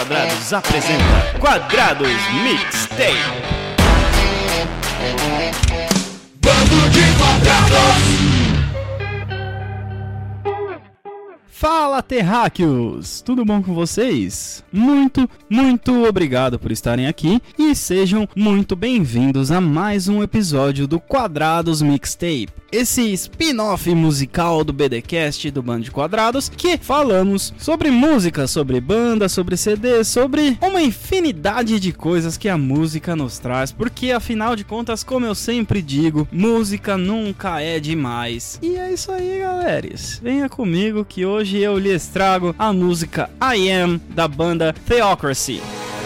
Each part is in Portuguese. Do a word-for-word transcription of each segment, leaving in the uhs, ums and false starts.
Quadrados apresenta Quadrados Mixtape. Bando de Quadrados! Fala, terráqueos! Tudo bom com vocês? Muito, muito obrigado por estarem aqui e sejam muito bem-vindos a mais um episódio do Quadrados Mixtape. Esse spin-off musical do BDcast do Bando de Quadrados, que falamos sobre música, sobre banda, sobre C D, sobre uma infinidade de coisas que a música nos traz, porque afinal de contas, como eu sempre digo, música nunca é demais. E é isso aí, galera. Venha comigo que hoje eu lhes trago a música I Am da banda Theocracy.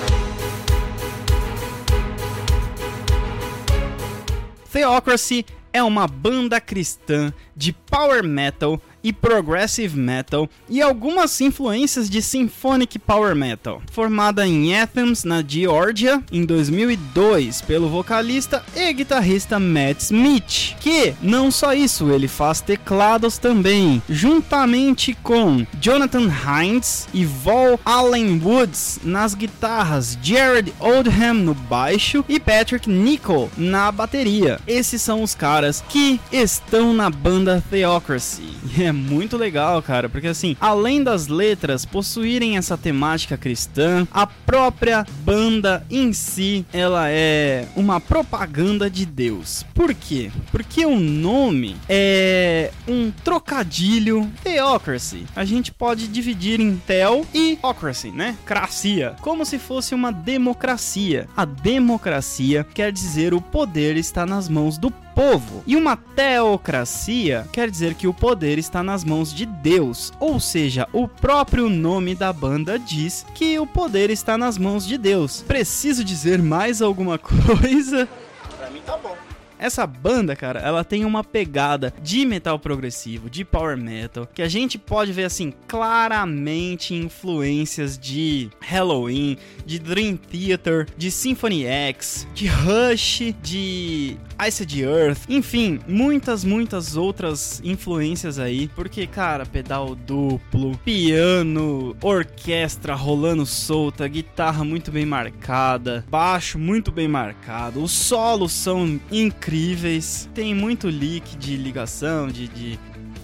Theocracy é uma banda cristã de power metal e progressive metal e algumas influências de symphonic power metal. Formada em Athens, na Geórgia, em dois mil e dois, pelo vocalista e guitarrista Matt Smith, que não só isso, ele faz teclados também, juntamente com Jonathan Hines e Vol Allen Woods nas guitarras, Jared Oldham no baixo e Patrick Nichol na bateria. Esses são os caras que estão na banda Theocracy. É muito legal, cara, porque assim, além das letras possuírem essa temática cristã, a própria banda em si, ela é uma propaganda de Deus. Por quê? Porque o nome é um trocadilho Theocracy. A gente pode dividir em Theo e Ocracy, né? Cracia, como se fosse uma democracia. A democracia quer dizer o poder está nas mãos do povo. E uma teocracia quer dizer que o poder está nas mãos de Deus. Ou seja, o próprio nome da banda diz que o poder está nas mãos de Deus. Preciso dizer mais alguma coisa? Pra mim tá bom. Essa banda, cara, ela tem uma pegada de metal progressivo, de power metal, que a gente pode ver, assim, claramente influências de Halloween, de Dream Theater, de Symphony X, de Rush, de Iced Earth, enfim, muitas, muitas outras influências aí, porque, cara, pedal duplo, piano, orquestra rolando solta, guitarra muito bem marcada, baixo muito bem marcado, os solos são incríveis, tem muito leak de ligação, de, de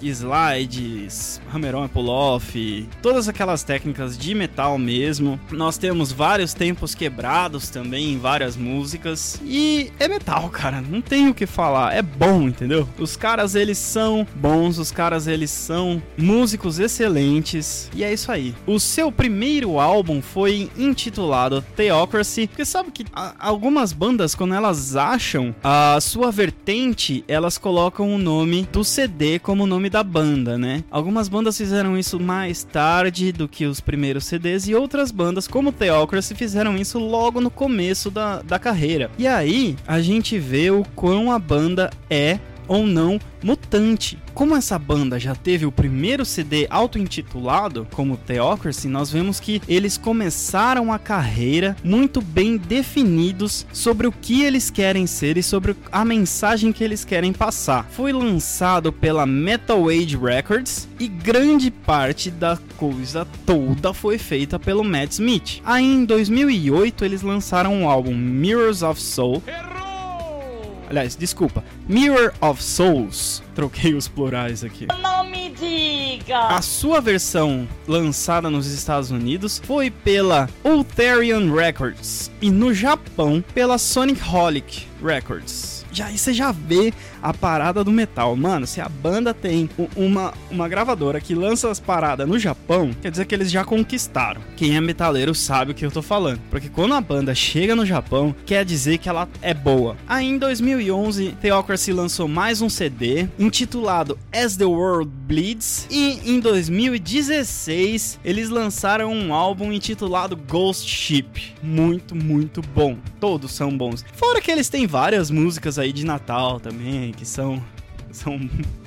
slides, hammer-on e pull-off, todas aquelas técnicas de metal mesmo. Nós temos vários tempos quebrados também em várias músicas e é metal, cara, não tem o que falar, é bom, entendeu? Os caras, eles são bons, os caras, eles são músicos excelentes e é isso aí. O seu primeiro álbum foi intitulado Theocracy, porque sabe que a, algumas bandas, quando elas acham a sua vertente, elas colocam o nome do C D como nome da banda, né? Algumas bandas fizeram isso mais tarde do que os primeiros C Ds e outras bandas, como Theocracy, fizeram isso logo no começo da, da carreira. E aí, a gente vê o quão a banda é ou não mutante. Como essa banda já teve o primeiro C D auto-intitulado como Theocracy, nós vemos que eles começaram a carreira muito bem definidos sobre o que eles querem ser e sobre a mensagem que eles querem passar. Foi lançado pela Metal Age Records e grande parte da coisa toda foi feita pelo Matt Smith. Aí em dois mil e oito eles lançaram o álbum Mirrors of Soul. Aliás, desculpa, Mirror of Souls. Troquei os plurais aqui. Não me diga! A sua versão lançada nos Estados Unidos foi pela Ultherian Records e no Japão pela Sonic Holic Records. Já aí você já vê a parada do metal. Mano, se a banda tem uma, uma gravadora que lança as paradas no Japão, quer dizer que eles já conquistaram. Quem é metaleiro sabe o que eu tô falando. Porque quando a banda chega no Japão, quer dizer que ela é boa. Aí em dois mil e onze, Theocracy lançou mais um C D intitulado As the World Bleeds. E em dois mil e dezesseis, eles lançaram um álbum intitulado Ghost Ship. Muito, muito bom. Todos são bons. Fora que eles têm várias músicas aí de Natal também, que são... são...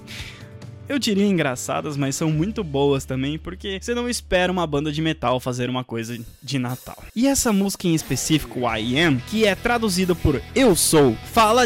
eu diria engraçadas, mas são muito boas também, porque você não espera uma banda de metal fazer uma coisa de Natal. E essa música em específico, I Am, que é traduzida por Eu Sou, fala de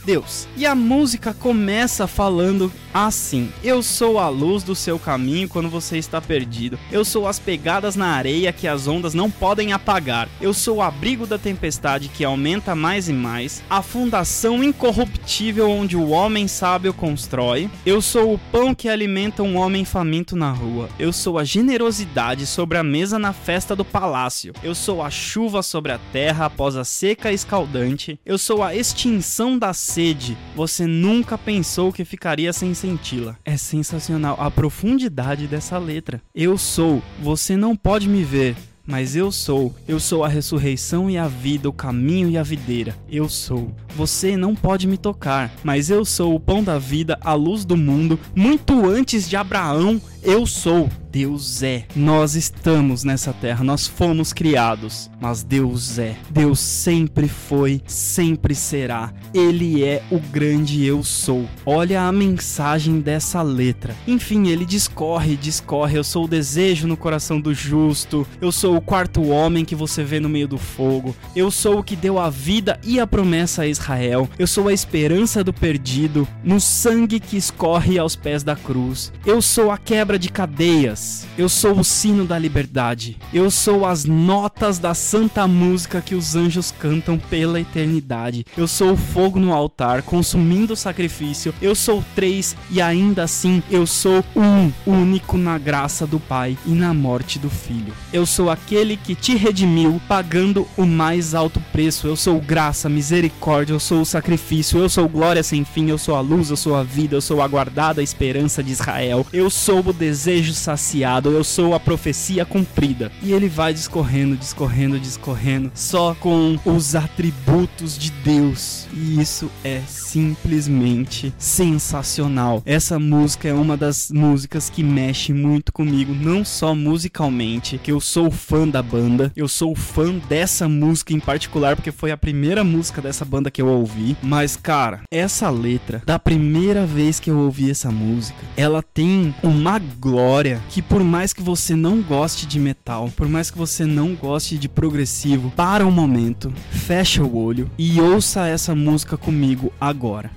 Deus. E a música começa falando assim: eu sou a luz do seu caminho quando você está perdido. Eu sou as pegadas na areia que as ondas não podem apagar. Eu sou o abrigo da tempestade que aumenta mais e mais. A fundação incorruptível onde o homem sábio constrói. Eu sou o pão que alimenta um homem faminto na rua. Eu sou a generosidade sobre a mesa na festa do palácio. Eu sou a chuva sobre a terra após a seca escaldante. Eu sou a extinção da sede. Você nunca pensou que ficaria sem senti-la. É sensacional a profundidade dessa letra. Eu sou, você não pode me ver, mas eu sou. Eu sou a ressurreição e a vida, o caminho e a videira. Eu sou. Você não pode me tocar, mas eu sou o pão da vida, a luz do mundo. Muito antes de Abraão, eu sou. Deus é. Nós estamos nessa terra, nós fomos criados, mas Deus é. Deus sempre foi, sempre será. Ele é o grande eu sou. Olha a mensagem dessa letra. Enfim, ele discorre, discorre. Eu sou o desejo no coração do justo. Eu sou o quarto homem que você vê no meio do fogo. Eu sou o que deu a vida e a promessa a Israel. Eu sou a esperança do perdido, no sangue que escorre aos pés da cruz. Eu sou a quebra de cadeias. Eu sou o sino da liberdade. Eu sou as notas da santa música que os anjos cantam pela eternidade. Eu sou o fogo no altar, consumindo o sacrifício. Eu sou três e ainda assim eu sou um, único na graça do Pai e na morte do Filho. Eu sou aquele que te redimiu, pagando o mais alto preço. Eu sou graça, misericórdia, eu sou o sacrifício. Eu sou glória sem fim, eu sou a luz, eu sou a vida, eu sou a guardada esperança de Israel. Eu sou o desejo saciado. Eu sou a profecia cumprida. E ele vai discorrendo, discorrendo, discorrendo, só com os atributos de Deus. E isso é simplesmente sensacional. Essa música é uma das músicas que mexe muito comigo, não só musicalmente, que eu sou fã da banda, eu sou fã dessa música em particular, porque foi a primeira música dessa banda que eu ouvi. Mas, cara, essa letra, da primeira vez que eu ouvi essa música, ela tem uma glória que, por mais que você não goste de metal, por mais que você não goste de progressivo, para um momento, fecha o olho e ouça essa música comigo agora.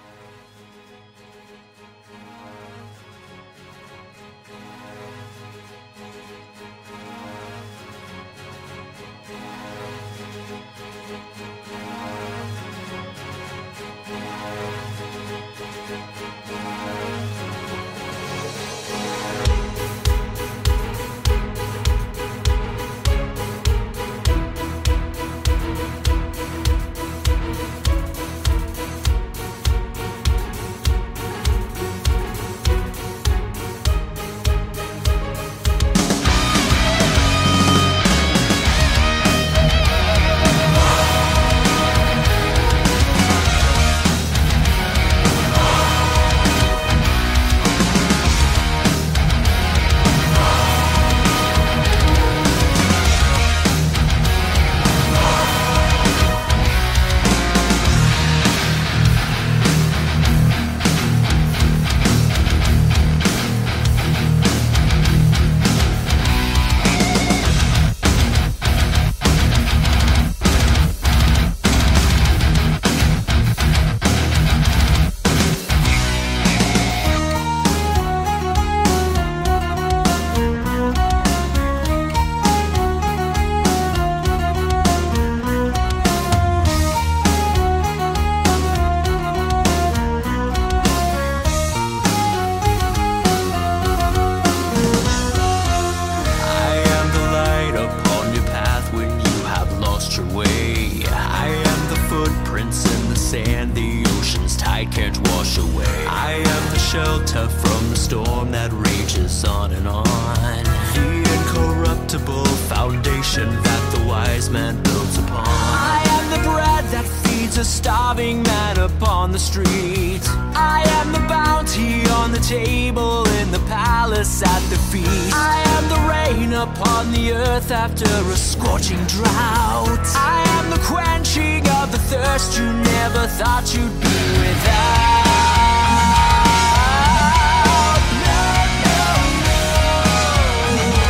shelter from the storm that rages on and on. The incorruptible foundation that the wise man builds upon. I am the bread that feeds a starving man upon the street. I am the bounty on the table in the palace at the feast. I am the rain upon the earth after a scorching drought. I am the quenching of the thirst you never thought you'd be without.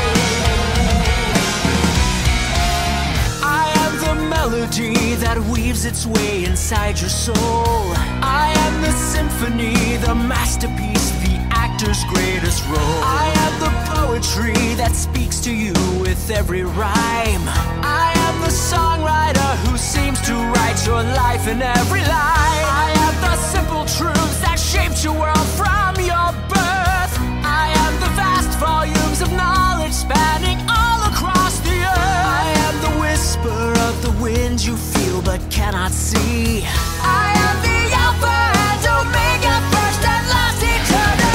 That weaves weaves its way inside your soul. I am the symphony, the masterpiece, the actor's greatest role. I am the poetry that speaks to you with every rhyme. I am the songwriter who seems to write your life in every line. I am the simple truths that shaped your world from your birth. I am the vast volumes of knowledge spanning all across the earth. I am the whisper of the wind you feel but cannot see. I am the Alpha and Omega, first and last, eternal.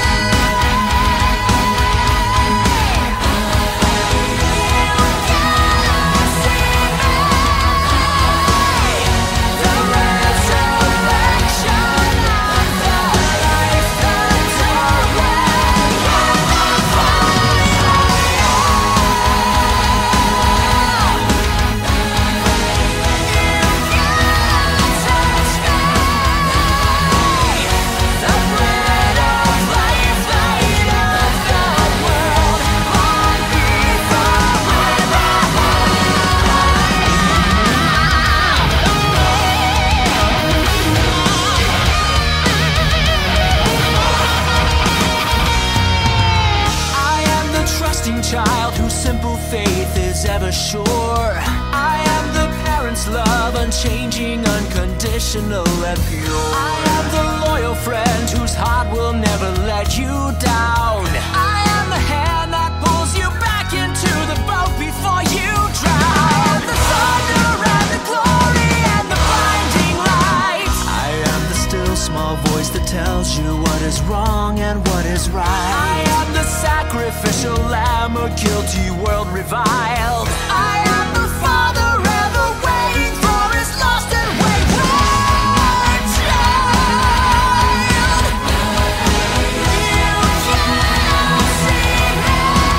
Child whose simple faith is ever sure. I am the parent's love, unchanging, unconditional and pure. I am the loyal friend whose heart will never let you down. I am the hand that pulls you back into the boat before you drown. The thunder and the glory and the blinding light. I am the still small voice that tells you what is wrong and what is right. I am the sacrificial lamb, a guilty world reviled. I am the father ever waiting for his lost and wayward child. You cannot see me.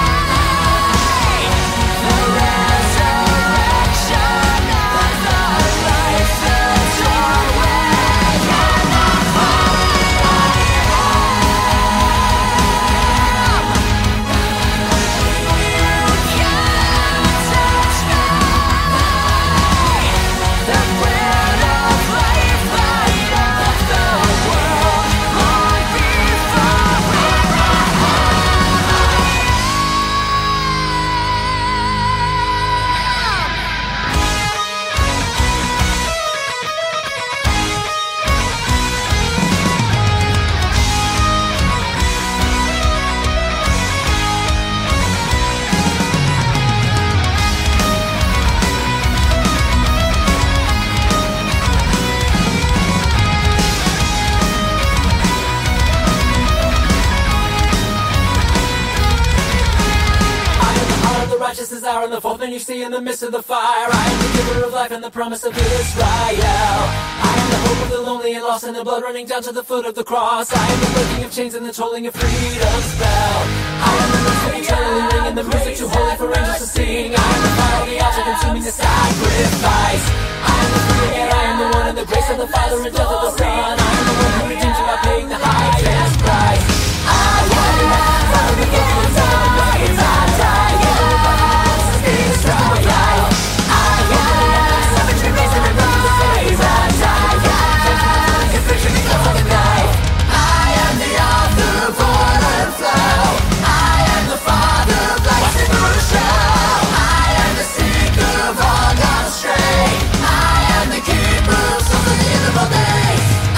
The resurrection of the life that's your way and the righteousness hour, and the fourth man you see in the midst of the fire. I am the giver of life and the promise of Israel. I am the hope of the lonely and lost, and the blood running down to the foot of the cross. I am the breaking of chains and the tolling of freedom's bell. I am the notes that eternally ring and the music too holy for angels to sing. I am the fire of the altar consuming the sacrifice. I am the free and I am the one in the grace of the Father and death of the Son. I am the one who redeems you by paying the highest price. I am the fire begins to rise. I die. Keeper of the interval days.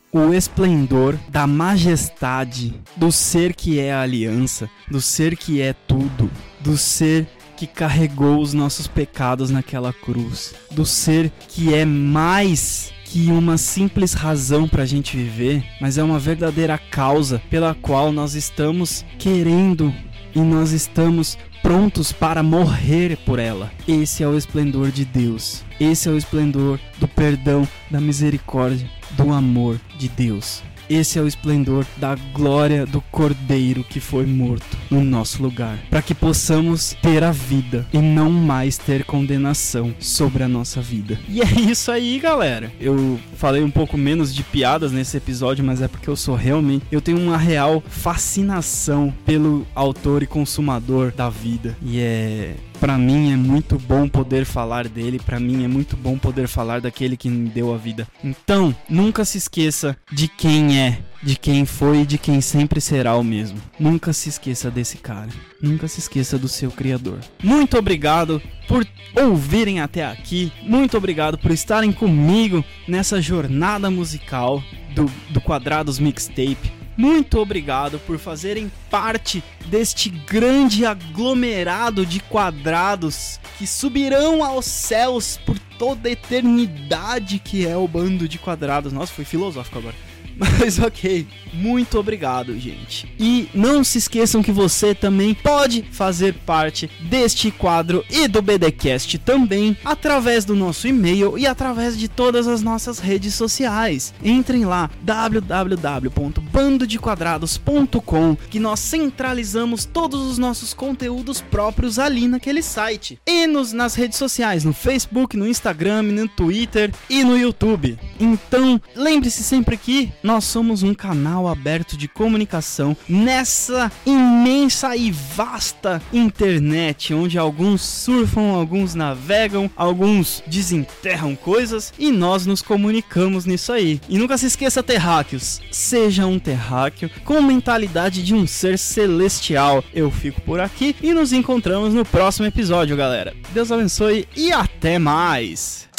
o esplendor da majestade do ser que é a aliança, do ser que é tudo, do ser que carregou os nossos pecados naquela cruz, do ser que é mais que uma simples razão para a gente viver, mas é uma verdadeira causa pela qual nós estamos querendo e nós estamos prontos para morrer por ela. Esse é o esplendor de Deus. Esse é o esplendor do perdão, da misericórdia, do amor de Deus. Esse é o esplendor da glória do Cordeiro que foi morto no nosso lugar, para que possamos ter a vida e não mais ter condenação sobre a nossa vida. E é isso aí, galera. Eu falei um pouco menos de piadas nesse episódio, mas é porque eu sou realmente... Eu tenho uma real fascinação pelo autor e consumador da vida. E é... Pra mim é muito bom poder falar dele, pra mim é muito bom poder falar daquele que me deu a vida. Então, nunca se esqueça de quem é, de quem foi e de quem sempre será o mesmo. Nunca se esqueça desse cara. Nunca se esqueça do seu criador. Muito obrigado por ouvirem até aqui. Muito obrigado por estarem comigo nessa jornada musical do, do Quadrados Mixtape. Muito obrigado por fazerem parte deste grande aglomerado de quadrados que subirão aos céus por toda a eternidade, que é o bando de quadrados. Nossa, fui filosófico agora. Mas ok, muito obrigado, gente. E não se esqueçam que você também pode fazer parte deste quadro e do BDcast também, através do nosso e-mail e através de todas as nossas redes sociais. Entrem lá, w w w ponto bando de quadrados ponto com, que nós centralizamos todos os nossos conteúdos próprios ali naquele site. E nos, nas redes sociais, no Facebook, no Instagram, no Twitter e no YouTube. Então, lembre-se sempre que nós somos um canal aberto de comunicação nessa imensa e vasta internet, onde alguns surfam, alguns navegam, alguns desenterram coisas e nós nos comunicamos nisso aí. E nunca se esqueça, terráqueos, seja um terráqueo com mentalidade de um ser celestial. Eu fico por aqui e nos encontramos no próximo episódio, galera. Deus abençoe e até mais!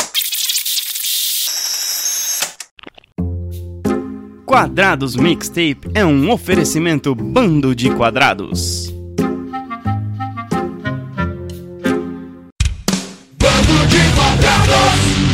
Quadrados Mixtape é um oferecimento Bando de Quadrados. Bando de Quadrados!